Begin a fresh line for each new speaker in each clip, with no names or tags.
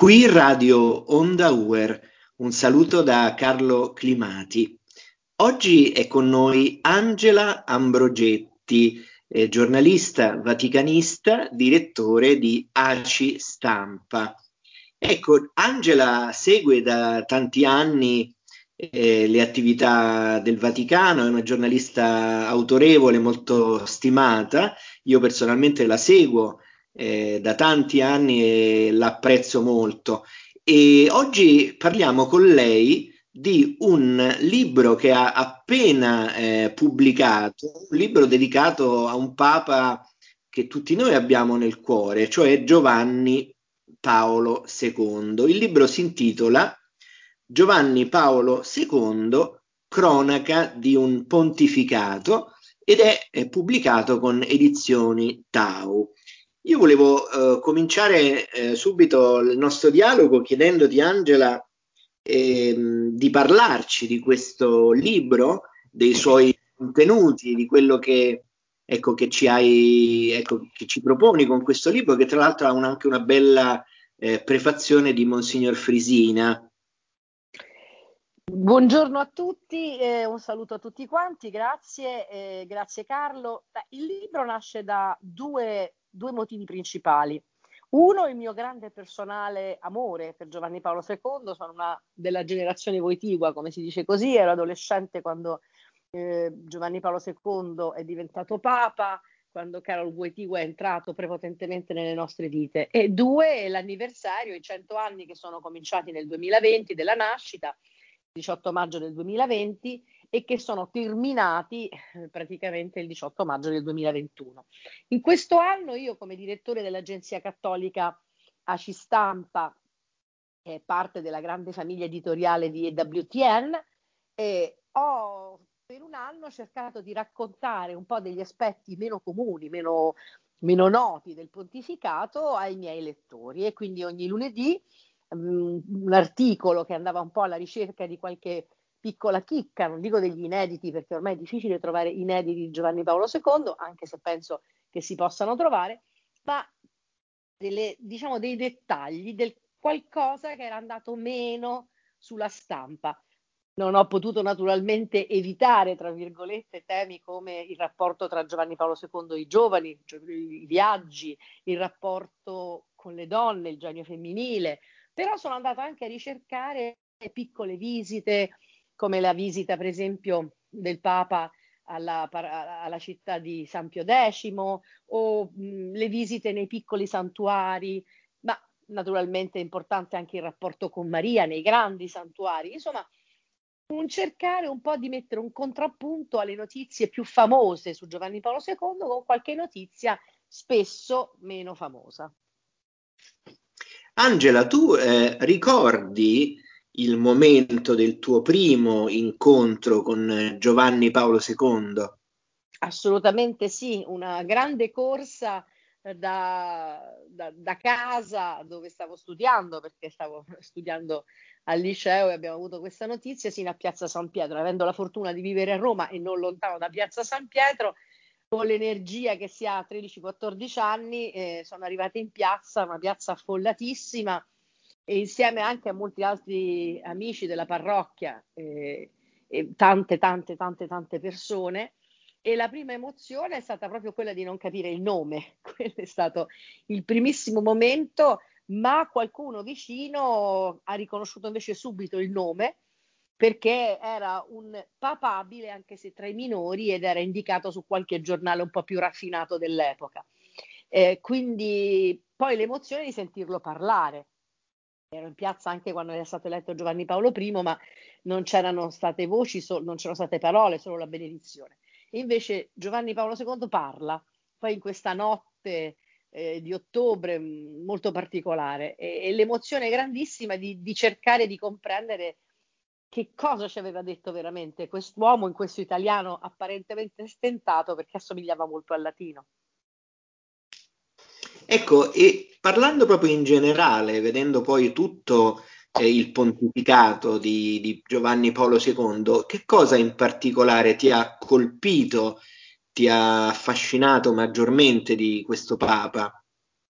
Qui Radio Onda Uer, un saluto da Carlo Climati. Oggi è con noi Angela Ambrogetti, giornalista vaticanista, direttore di ACI Stampa. Ecco, Angela segue da tanti anni le attività del Vaticano, è una giornalista autorevole, molto stimata. Io personalmente la seguo da tanti anni e l'apprezzo molto. E oggi parliamo con lei di un libro che ha appena pubblicato, un libro dedicato a un papa che tutti noi abbiamo nel cuore, cioè Giovanni Paolo II. Il libro si intitola Giovanni Paolo II, cronaca di un pontificato ed è pubblicato con Edizioni Tau. Io volevo cominciare subito il nostro dialogo chiedendoti, Angela, di parlarci di questo libro, dei suoi contenuti, di quello che, ecco, che ci hai, ecco, che ci proponi con questo libro, che tra l'altro ha anche una bella prefazione di Monsignor Frisina.
Buongiorno a tutti, un saluto a tutti quanti, grazie Carlo. Il libro nasce da due motivi principali. Uno, il mio grande personale amore per Giovanni Paolo II, sono una della generazione Wojtyła, come si dice così, ero adolescente quando Giovanni Paolo II è diventato Papa, quando Karol Wojtyła è entrato prepotentemente nelle nostre vite. E due, l'anniversario, i 100 anni che sono cominciati nel 2020 della nascita, 18 maggio del 2020, e che sono terminati praticamente il 18 maggio del 2021. In questo anno io, come direttore dell'agenzia cattolica ACI Stampa, che è parte della grande famiglia editoriale di EWTN, ho per un anno cercato di raccontare un po' degli aspetti meno comuni, meno noti del pontificato ai miei lettori, e quindi ogni lunedì un articolo che andava un po' alla ricerca di qualche piccola chicca, non dico degli inediti perché ormai è difficile trovare inediti di Giovanni Paolo II, anche se penso che si possano trovare, ma diciamo dei dettagli, del qualcosa che era andato meno sulla stampa. Non ho potuto naturalmente evitare, tra virgolette, temi come il rapporto tra Giovanni Paolo II e i giovani, cioè i viaggi, il rapporto con le donne, il genio femminile, però sono andata anche a ricercare piccole visite, come la visita per esempio del Papa alla città di San Pio X, o le visite nei piccoli santuari, ma naturalmente è importante anche il rapporto con Maria nei grandi santuari. Insomma, un cercare un po' di mettere un contrappunto alle notizie più famose su Giovanni Paolo II con qualche notizia spesso meno famosa.
Angela, tu ricordi il momento del tuo primo incontro con Giovanni Paolo II?
Assolutamente sì, una grande corsa da casa dove stavo studiando, perché stavo studiando al liceo e abbiamo avuto questa notizia, sino a Piazza San Pietro. Avendo la fortuna di vivere a Roma e non lontano da Piazza San Pietro, con l'energia che si ha a 13-14 anni, sono arrivata in piazza, una piazza affollatissima, e insieme anche a molti altri amici della parrocchia e tante persone. E la prima emozione è stata proprio quella di non capire il nome. Quello è stato il primissimo momento, ma qualcuno vicino ha riconosciuto invece subito il nome, perché era un papabile anche se tra i minori ed era indicato su qualche giornale un po' più raffinato dell'epoca. Quindi poi l'emozione di sentirlo parlare. Ero in piazza anche quando era stato eletto Giovanni Paolo I, ma non c'erano state voci, non c'erano state parole, solo la benedizione. E invece Giovanni Paolo II parla, poi in questa notte di ottobre molto particolare, e l'emozione grandissima di cercare di comprendere che cosa ci aveva detto veramente quest'uomo in questo italiano apparentemente stentato, perché assomigliava molto al latino.
Ecco, e parlando proprio in generale, vedendo poi tutto il pontificato di Giovanni Paolo II, che cosa in particolare ti ha colpito, ti ha affascinato maggiormente di questo Papa?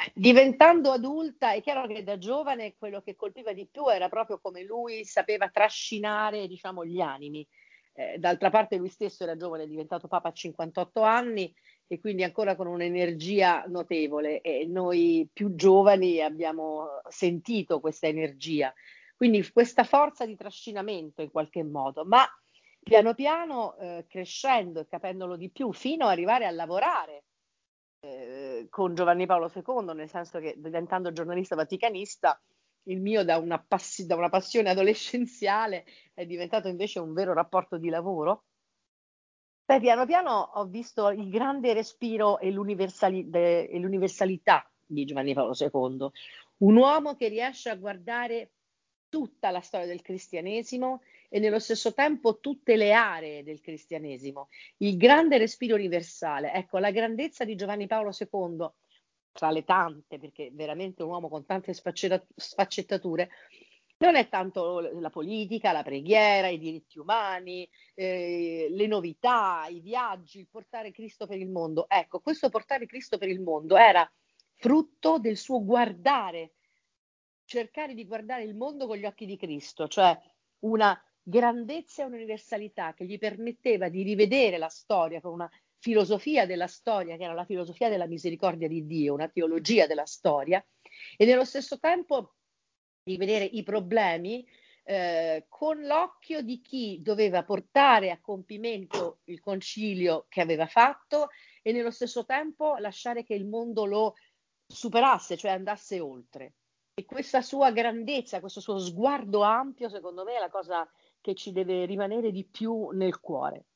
Diventando adulta, è chiaro che da giovane quello che colpiva di più era proprio come lui sapeva trascinare, diciamo, gli animi. D'altra parte lui stesso era giovane, è diventato papa a 58 anni e quindi ancora con un'energia notevole e noi più giovani abbiamo sentito questa energia. Quindi questa forza di trascinamento in qualche modo, ma piano piano crescendo e capendolo di più fino ad arrivare a lavorare con Giovanni Paolo II, nel senso che diventando giornalista vaticanista, il mio da una passione adolescenziale è diventato invece un vero rapporto di lavoro. Beh, piano piano ho visto il grande respiro e l'universalità di Giovanni Paolo II, un uomo che riesce a guardare tutta la storia del cristianesimo e nello stesso tempo tutte le aree del cristianesimo, il grande respiro universale. Ecco, la grandezza di Giovanni Paolo II, tra le tante, perché è veramente un uomo con tante sfaccettature, non è tanto la politica, la preghiera, i diritti umani, le novità, i viaggi, il portare Cristo per il mondo. Ecco, questo portare Cristo per il mondo era frutto del suo guardare, cercare di guardare il mondo con gli occhi di Cristo, cioè una grandezza e un'universalità che gli permetteva di rivedere la storia con una filosofia della storia, che era la filosofia della misericordia di Dio, una teologia della storia, e nello stesso tempo di vedere i problemi con l'occhio di chi doveva portare a compimento il concilio che aveva fatto e nello stesso tempo lasciare che il mondo lo superasse, cioè andasse oltre. E questa sua grandezza, questo suo sguardo ampio, secondo me è la cosa che ci deve rimanere di più nel cuore.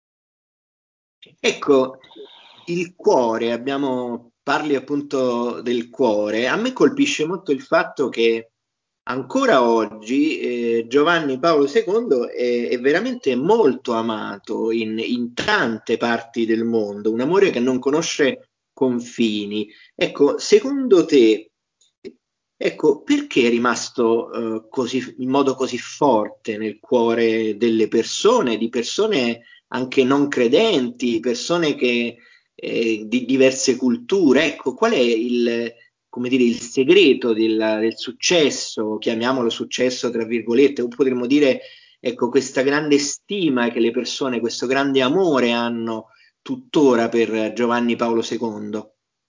Ecco, il cuore, parli appunto del cuore. A me colpisce molto il fatto che ancora oggi Giovanni Paolo II è veramente molto amato in tante parti del mondo, un amore che non conosce confini. Ecco, secondo te, ecco, perché è rimasto così, in modo così forte nel cuore delle persone, di persone anche non credenti, persone che, di diverse culture? Ecco, qual è come dire, il segreto del successo, chiamiamolo successo tra virgolette, o potremmo dire, ecco, questa grande stima che le persone, questo grande amore hanno tuttora per Giovanni Paolo II?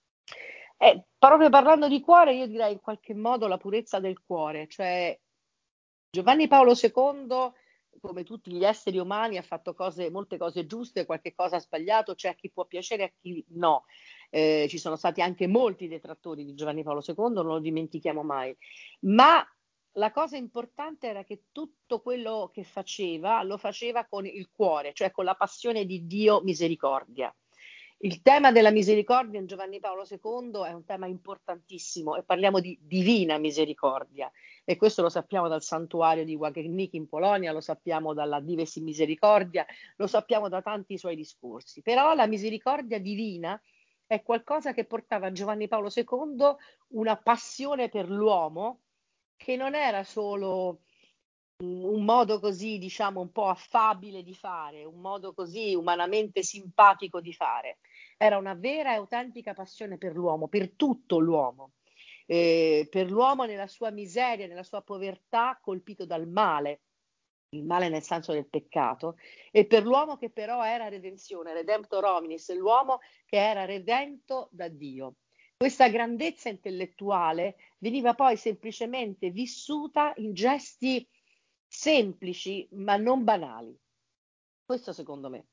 Proprio parlando di cuore, io direi in qualche modo la purezza del cuore, cioè Giovanni Paolo II, come tutti gli esseri umani, ha fatto molte cose giuste, qualche cosa ha sbagliato, c'è a chi può piacere e a chi no. Ci sono stati anche molti detrattori di Giovanni Paolo II, non lo dimentichiamo mai. Ma la cosa importante era che tutto quello che faceva lo faceva con il cuore, cioè con la passione di Dio misericordia. Il tema della misericordia in Giovanni Paolo II è un tema importantissimo e parliamo di divina misericordia e questo lo sappiamo dal santuario di Łagiewnik in Polonia, lo sappiamo dalla Dives in Misericordia, lo sappiamo da tanti suoi discorsi. Però la misericordia divina è qualcosa che portava a Giovanni Paolo II una passione per l'uomo che non era solo un modo così, diciamo, un po' affabile di fare, un modo così umanamente simpatico di fare. Era una vera e autentica passione per l'uomo, per tutto l'uomo, per l'uomo nella sua miseria, nella sua povertà, colpito dal male, il male nel senso del peccato, e per l'uomo che però era redenzione, redemptor hominis, l'uomo che era redento da Dio. Questa grandezza intellettuale veniva poi semplicemente vissuta in gesti semplici ma non banali. Questo secondo me.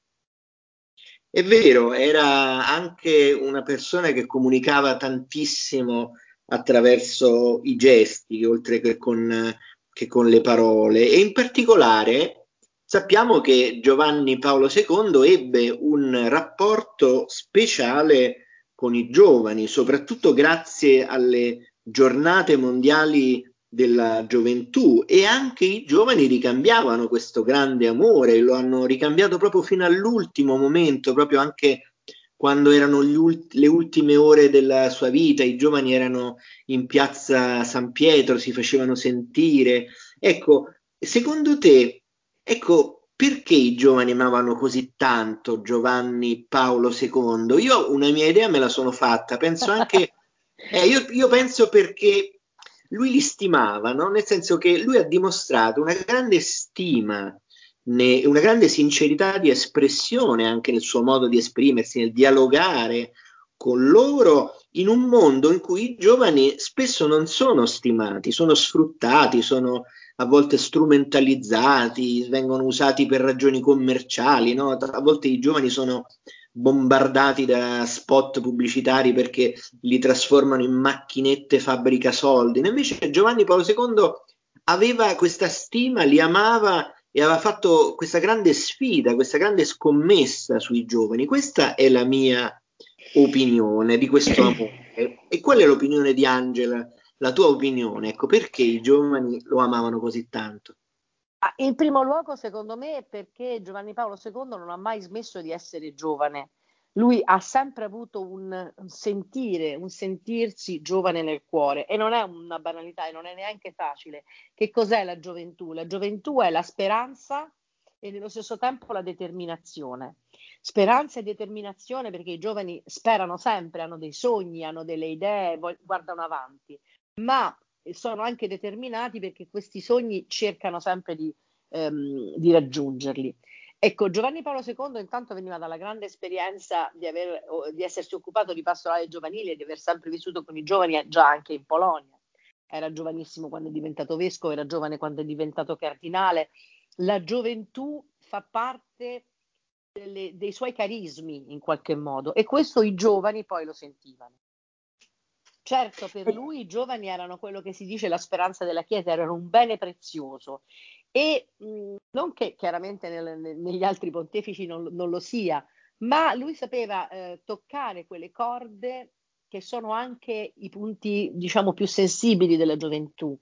È vero, era anche una persona che comunicava tantissimo attraverso i gesti, oltre che con le parole. E in particolare sappiamo che Giovanni Paolo II ebbe un rapporto speciale con i giovani, soprattutto grazie alle giornate mondiali della gioventù, e anche i giovani ricambiavano questo grande amore, lo hanno ricambiato proprio fino all'ultimo momento, proprio anche quando erano le ultime ore della sua vita, i giovani erano in piazza San Pietro, si facevano sentire. Ecco, secondo te, ecco, perché i giovani amavano così tanto Giovanni Paolo II? Io una mia idea me la sono fatta, penso anche Io penso perché lui li stimava, no? Nel senso che lui ha dimostrato una grande stima, una grande sincerità di espressione anche nel suo modo di esprimersi, nel dialogare con loro in un mondo in cui i giovani spesso non sono stimati, sono sfruttati, sono a volte strumentalizzati, vengono usati per ragioni commerciali, no? A volte i giovani sono bombardati da spot pubblicitari perché li trasformano in macchinette fabbrica soldi. Invece Giovanni Paolo II aveva questa stima, li amava e aveva fatto questa grande sfida, questa grande scommessa sui giovani. Questa è la mia opinione di questo amore. E qual è l'opinione di Angela? La tua opinione, ecco, perché i giovani lo amavano così tanto?
In primo luogo, secondo me, è perché Giovanni Paolo II non ha mai smesso di essere giovane. Lui ha sempre avuto un sentire, un sentirsi giovane nel cuore e non è una banalità e non è neanche facile. Che cos'è la gioventù? La gioventù è la speranza e nello stesso tempo la determinazione. Speranza e determinazione perché i giovani sperano sempre, hanno dei sogni, hanno delle idee, guardano avanti, ma sono anche determinati perché questi sogni cercano sempre di raggiungerli. Ecco, Giovanni Paolo II intanto veniva dalla grande esperienza di essersi occupato di pastorale giovanile e di aver sempre vissuto con i giovani già anche in Polonia. Era giovanissimo quando è diventato vescovo, era giovane quando è diventato cardinale. La gioventù fa parte dei suoi carismi in qualche modo e questo i giovani poi lo sentivano. Certo, per lui i giovani erano quello che si dice la speranza della Chiesa, erano un bene prezioso e non che chiaramente negli altri pontefici non lo sia, ma lui sapeva toccare quelle corde che sono anche i punti, diciamo, più sensibili della gioventù,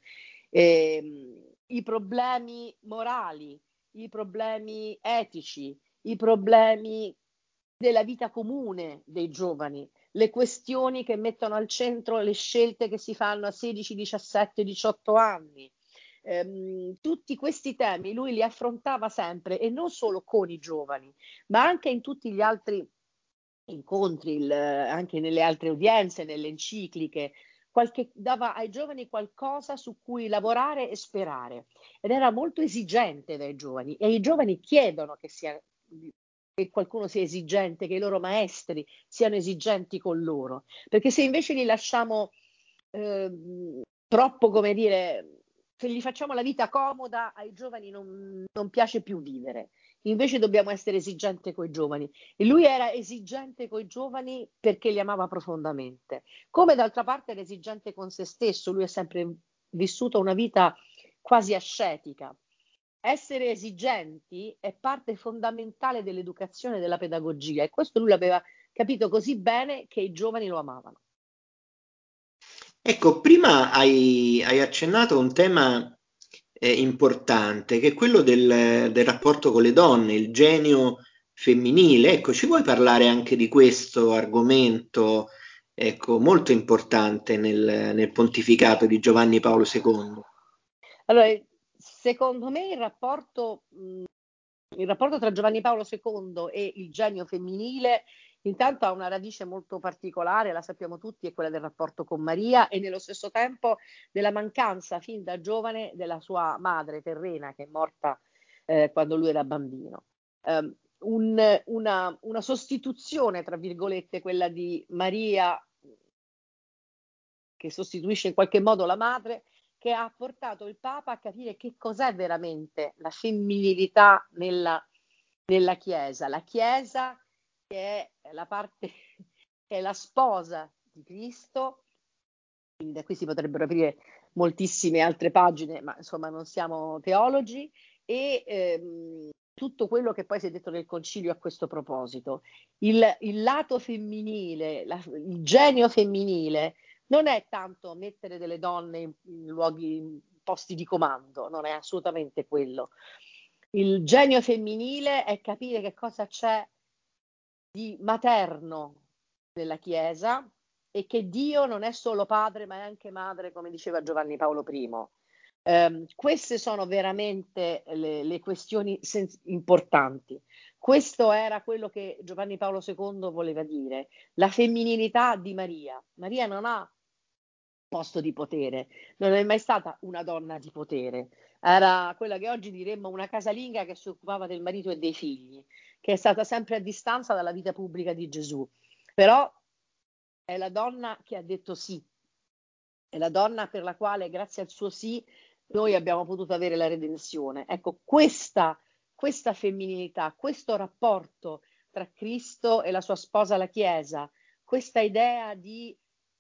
i problemi morali, i problemi etici, i problemi della vita comune dei giovani, le questioni che mettono al centro le scelte che si fanno a 16, 17, 18 anni. Tutti questi temi lui li affrontava sempre e non solo con i giovani, ma anche in tutti gli altri incontri, anche nelle altre udienze, nelle encicliche, dava ai giovani qualcosa su cui lavorare e sperare ed era molto esigente dai giovani e i giovani chiedono che qualcuno sia esigente, che i loro maestri siano esigenti con loro, perché se invece li lasciamo troppo, come dire, se gli facciamo la vita comoda, ai giovani non piace più vivere. Invece dobbiamo essere esigenti con i giovani. E lui era esigente con i giovani perché li amava profondamente. Come d'altra parte era esigente con se stesso, lui ha sempre vissuto una vita quasi ascetica. Essere esigenti è parte fondamentale dell'educazione e della pedagogia e questo lui l'aveva capito così bene che i giovani lo amavano.
Ecco, prima hai accennato a un tema importante, che è quello del rapporto con le donne, il genio femminile. Ecco, ci vuoi parlare anche di questo argomento, ecco, molto importante nel pontificato di Giovanni Paolo II?
Allora, secondo me il rapporto tra Giovanni Paolo II e il genio femminile intanto ha una radice molto particolare, la sappiamo tutti, è quella del rapporto con Maria e nello stesso tempo della mancanza fin da giovane della sua madre terrena che è morta quando lui era bambino. Una sostituzione, tra virgolette, quella di Maria che sostituisce in qualche modo la madre, che ha portato il Papa a capire che cos'è veramente la femminilità nella Chiesa. La Chiesa che è la parte, che è la sposa di Cristo, quindi da qui si potrebbero aprire moltissime altre pagine, ma insomma non siamo teologi, e tutto quello che poi si è detto nel concilio a questo proposito. Il lato femminile, il genio femminile, non è tanto mettere delle donne in luoghi, in posti di comando, non è assolutamente quello. Il genio femminile è capire che cosa c'è di materno nella Chiesa e che Dio non è solo padre ma è anche madre, come diceva Giovanni Paolo I. Queste sono veramente le questioni importanti. Questo era quello che Giovanni Paolo II voleva dire, la femminilità di Maria. Maria non ha posto di potere, non è mai stata una donna di potere, era quella che oggi diremmo una casalinga che si occupava del marito e dei figli, che è stata sempre a distanza dalla vita pubblica di Gesù, però è la donna che ha detto sì, è la donna per la quale grazie al suo sì noi abbiamo potuto avere la redenzione. Ecco, questa femminilità, questo rapporto tra Cristo e la sua sposa la Chiesa, questa idea di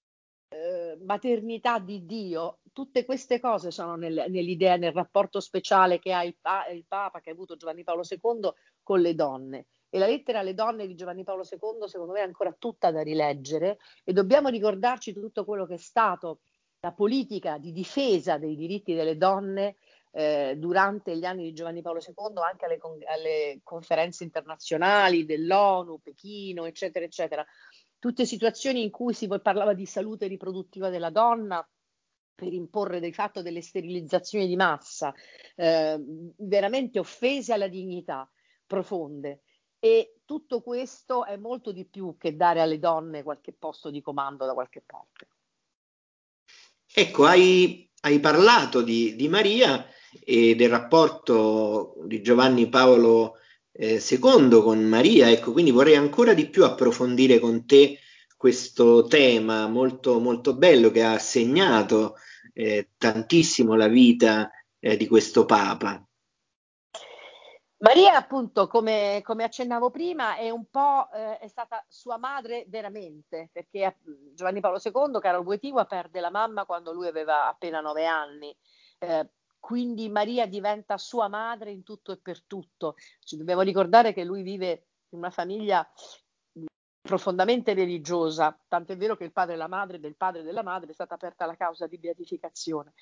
maternità di Dio, tutte queste cose sono nell'idea, nel rapporto speciale che ha il Papa, che ha avuto Giovanni Paolo II con le donne. E la lettera alle donne di Giovanni Paolo II, secondo me, è ancora tutta da rileggere e dobbiamo ricordarci tutto quello che è stato la politica di difesa dei diritti delle donne durante gli anni di Giovanni Paolo II, anche alle conferenze internazionali dell'ONU, Pechino, eccetera, eccetera. Tutte situazioni in cui si parlava di salute riproduttiva della donna per imporre di fatto delle sterilizzazioni di massa, veramente offese alla dignità profonde. E tutto questo è molto di più che dare alle donne qualche posto di comando da qualche parte.
Ecco, hai parlato di Maria e del rapporto di Giovanni Paolo II con Maria, ecco, quindi vorrei ancora di più approfondire con te questo tema molto, molto bello che ha segnato tantissimo la vita di questo Papa.
Maria, appunto, come accennavo prima, è un po' è stata sua madre veramente, perché Giovanni Paolo II, Carlo Wojtyła, perde la mamma quando lui aveva appena 9 anni. Quindi Maria diventa sua madre in tutto e per tutto. Ci dobbiamo ricordare che lui vive in una famiglia profondamente religiosa, tant'è vero che il padre e la madre del padre e della madre è stata aperta la causa di beatificazione.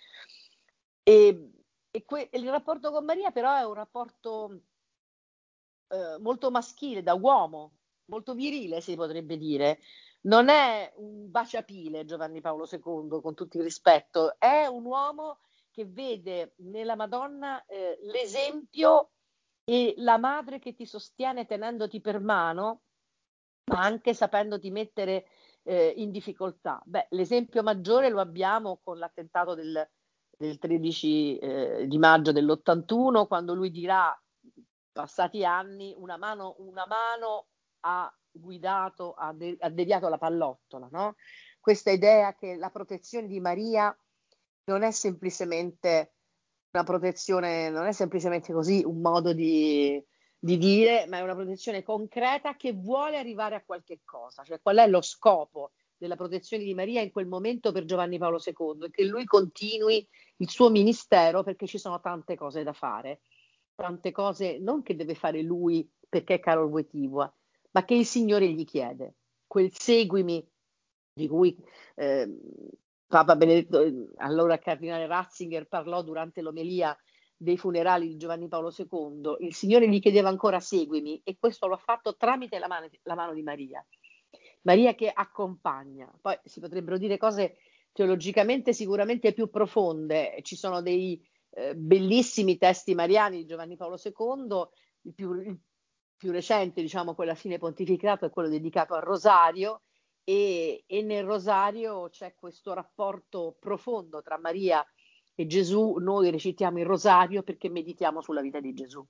Il rapporto con Maria però è un rapporto molto maschile, da uomo, molto virile si potrebbe dire. Non è un baciapile Giovanni Paolo II, con tutto il rispetto, è un uomo che vede nella Madonna l'esempio e la madre che ti sostiene tenendoti per mano, ma anche sapendoti mettere in difficoltà. Beh, l'esempio maggiore lo abbiamo con l'attentato del 13 di maggio dell'81, quando lui dirà, passati anni, una mano ha guidato, ha deviato la pallottola, no? Questa idea che la protezione di Maria non è semplicemente una protezione, non è semplicemente così un modo di dire, ma è una protezione concreta che vuole arrivare a qualche cosa. Cioè, qual è lo scopo della protezione di Maria in quel momento per Giovanni Paolo II? Che lui continui il suo ministero, perché ci sono tante cose da fare, tante cose non che deve fare lui perché è Karol Wojtyła, ma che il Signore gli chiede. Quel seguimi di cui Papa Benedetto, allora Cardinale Ratzinger, parlò durante l'omelia dei funerali di Giovanni Paolo II, il Signore gli chiedeva ancora seguimi, e questo lo ha fatto tramite la mano di Maria. Maria che accompagna. Poi si potrebbero dire cose teologicamente sicuramente più profonde, ci sono dei bellissimi testi mariani di Giovanni Paolo II, il più recente, diciamo, quello a fine pontificato è quello dedicato al Rosario, e nel Rosario c'è questo rapporto profondo tra Maria e Gesù. Noi recitiamo il Rosario perché meditiamo sulla vita di Gesù.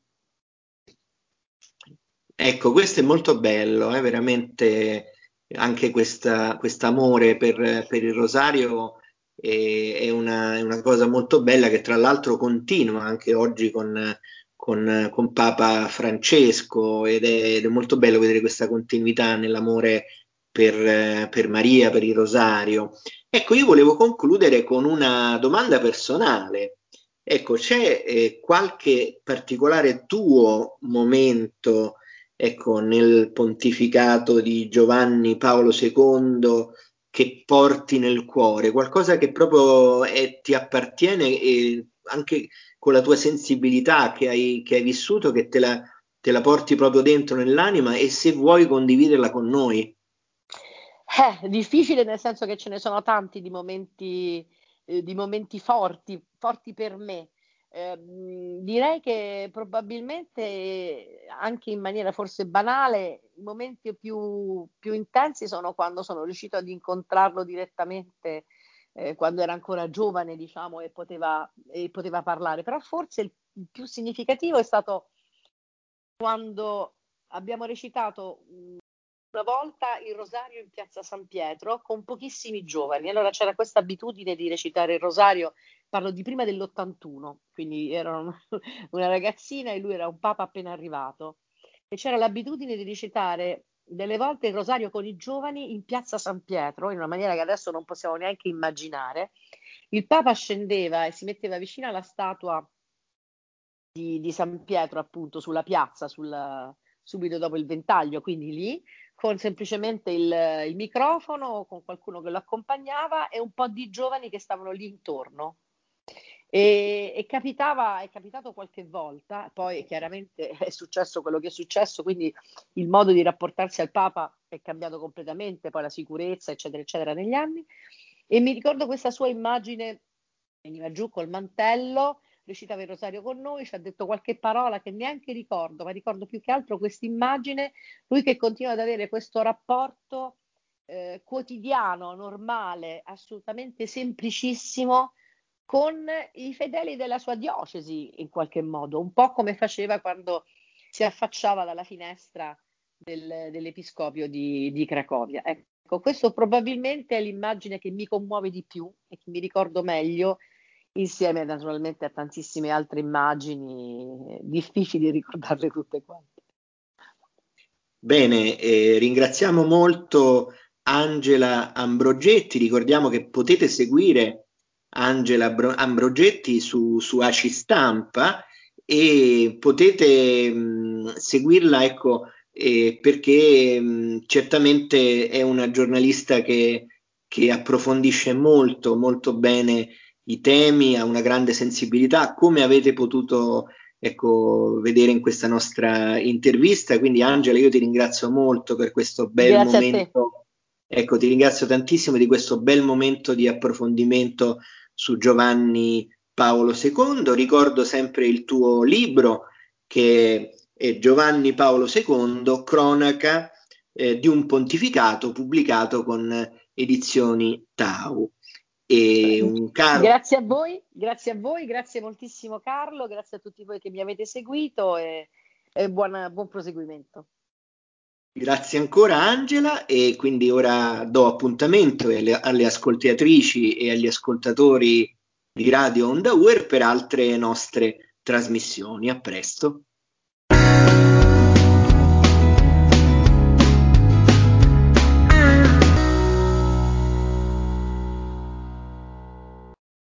Ecco, questo è molto bello, veramente anche quest'amore per il rosario è una cosa molto bella che tra l'altro continua anche oggi con Papa Francesco ed è molto bello vedere questa continuità nell'amore per Maria, per il rosario. Ecco, io volevo concludere con una domanda personale. Ecco, c'è qualche particolare tuo momento, ecco, nel pontificato di Giovanni Paolo II che porti nel cuore, qualcosa che proprio ti appartiene e anche con la tua sensibilità che hai vissuto, che te la porti proprio dentro nell'anima e se vuoi condividerla con noi.
Difficile nel senso che ce ne sono tanti di momenti forti, forti per me. Direi che probabilmente anche in maniera forse banale, i momenti più intensi sono quando sono riuscito ad incontrarlo direttamente quando era ancora giovane, diciamo, e poteva parlare. Però forse il più significativo è stato quando abbiamo recitato una volta il rosario in piazza San Pietro con pochissimi giovani. Allora c'era questa abitudine di recitare il rosario, parlo di prima dell'81, quindi ero una ragazzina e lui era un papa appena arrivato. E c'era l'abitudine di recitare delle volte il rosario con i giovani in piazza San Pietro, in una maniera che adesso non possiamo neanche immaginare. Il papa scendeva e si metteva vicino alla statua di San Pietro, appunto, sulla piazza, subito dopo il ventaglio, quindi lì, con semplicemente il microfono, con qualcuno che lo accompagnava e un po' di giovani che stavano lì intorno. È capitato qualche volta, poi chiaramente è successo quello che è successo, quindi il modo di rapportarsi al Papa è cambiato completamente, poi la sicurezza, eccetera, eccetera, negli anni. E mi ricordo questa sua immagine, veniva giù col mantello, recitava il rosario con noi, ci ha detto qualche parola che neanche ricordo, ma ricordo più che altro questa immagine, lui che continua ad avere questo rapporto quotidiano, normale, assolutamente semplicissimo con i fedeli della sua diocesi, in qualche modo, un po' come faceva quando si affacciava dalla finestra dell'Episcopio di Cracovia. Ecco, questo probabilmente è l'immagine che mi commuove di più e che mi ricordo meglio, insieme naturalmente a tantissime altre immagini, difficili ricordarle tutte quante.
Bene, ringraziamo molto Angela Ambrogetti. Ricordiamo che potete seguire Angela Ambrogetti su ACI Stampa e potete seguirla, ecco, perché certamente è una giornalista che approfondisce molto, molto bene i temi, ha una grande sensibilità, come avete potuto, ecco, vedere in questa nostra intervista. Quindi Angela, io ti ringrazio molto per questo bel
Grazie a te.
momento, ecco, ti ringrazio tantissimo di questo bel momento di approfondimento su Giovanni Paolo II. Ricordo sempre il tuo libro che è Giovanni Paolo II, cronaca di un pontificato, pubblicato con Edizioni Tau. E un caro
Grazie a voi, grazie moltissimo Carlo, grazie a tutti voi che mi avete seguito e buon proseguimento.
Grazie ancora Angela, e quindi ora do appuntamento alle ascoltatrici e agli ascoltatori di Radio Onda UR per altre nostre trasmissioni. A presto.